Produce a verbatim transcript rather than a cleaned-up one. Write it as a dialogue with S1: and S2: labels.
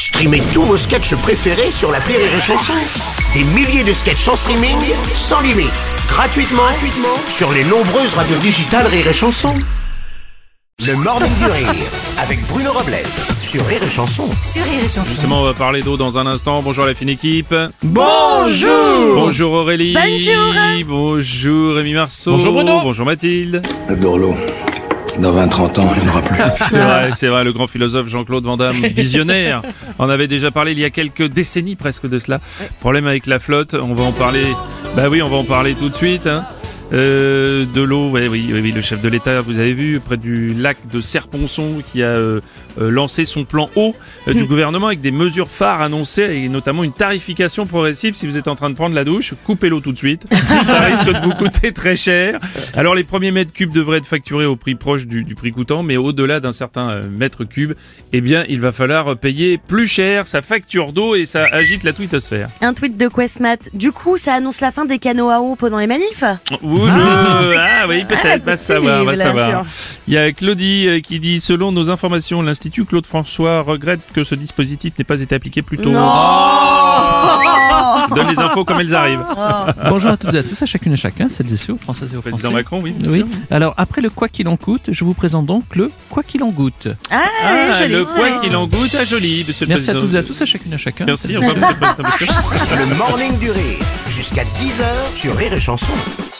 S1: Streamez tous vos sketchs préférés sur l'appli Rire et Chanson. Des milliers de sketchs en streaming, sans limite, gratuitement, gratuitement sur les nombreuses radios digitales Rire et Chanson. Le Morning du Rire, avec Bruno Robles, sur Rire et Chanson.
S2: Sur Rire et Chanson.
S3: Justement, on va parler d'eau dans un instant. Bonjour la fine équipe.
S2: Bonjour.
S3: Bonjour Aurélie.
S2: Bonjour.
S3: Bonjour Rémi Marceau.
S4: Bonjour Bruno.
S3: Bonjour Mathilde.
S5: Le Dorlo, dans vingt trente ans, il n'y en aura plus.
S3: C'est vrai, c'est vrai, le grand philosophe Jean-Claude Van Damme, visionnaire. On avait déjà parlé il y a quelques décennies presque de cela. Problème avec la flotte, on va en parler. Bah oui, on va en parler tout de suite. Hein. Euh, de l'eau, ouais, oui, oui, oui, le chef de l'État, vous avez vu, près du lac de Serponçon, qui a euh, euh, lancé son plan eau euh, du gouvernement avec des mesures phares annoncées et notamment une tarification progressive. Si vous êtes en train de prendre la douche, coupez l'eau tout de suite. Ça risque de vous coûter très cher. Alors les premiers mètres cubes devraient être facturés au prix proche du, du prix coûtant, mais au-delà d'un certain euh, mètre cube, eh bien, il va falloir payer plus cher sa facture d'eau et ça agite la twittosphère.
S2: Un tweet de Questmat. Du coup, ça annonce la fin des canaux à eau pendant les manifs.
S3: Oui, ah, ah oui, peut-être,
S2: ah,
S3: va savoir, va
S2: bien
S3: savoir.
S2: sûr.
S3: Il y a Claudie euh, qui dit, selon nos informations, l'Institut Claude François regrette que ce dispositif n'ait pas été appliqué plus tôt.
S2: Non.
S3: Donne les infos comme elles arrivent.
S4: Bonjour à toutes et à tous, à chacune et chacun, celles et ceux, aux Françaises et aux Français.
S3: Président Macron, oui, bien
S4: Oui.
S3: sûr.
S4: Alors, après le quoi qu'il en coûte, je vous présente donc le quoi qu'il en goûte.
S2: Ah,
S3: Ah,
S2: joli,
S3: le
S2: joli.
S3: quoi qu'il en goûte, ah joli, monsieur le
S4: Merci à
S3: président.
S4: toutes et à tous, à chacune et à chacun.
S3: Merci,
S4: celles
S3: au
S4: et
S3: revoir,
S4: ceux.
S3: monsieur le président.
S1: Le Morning du Rire, jusqu'à dix heures sur Rire et Chanson.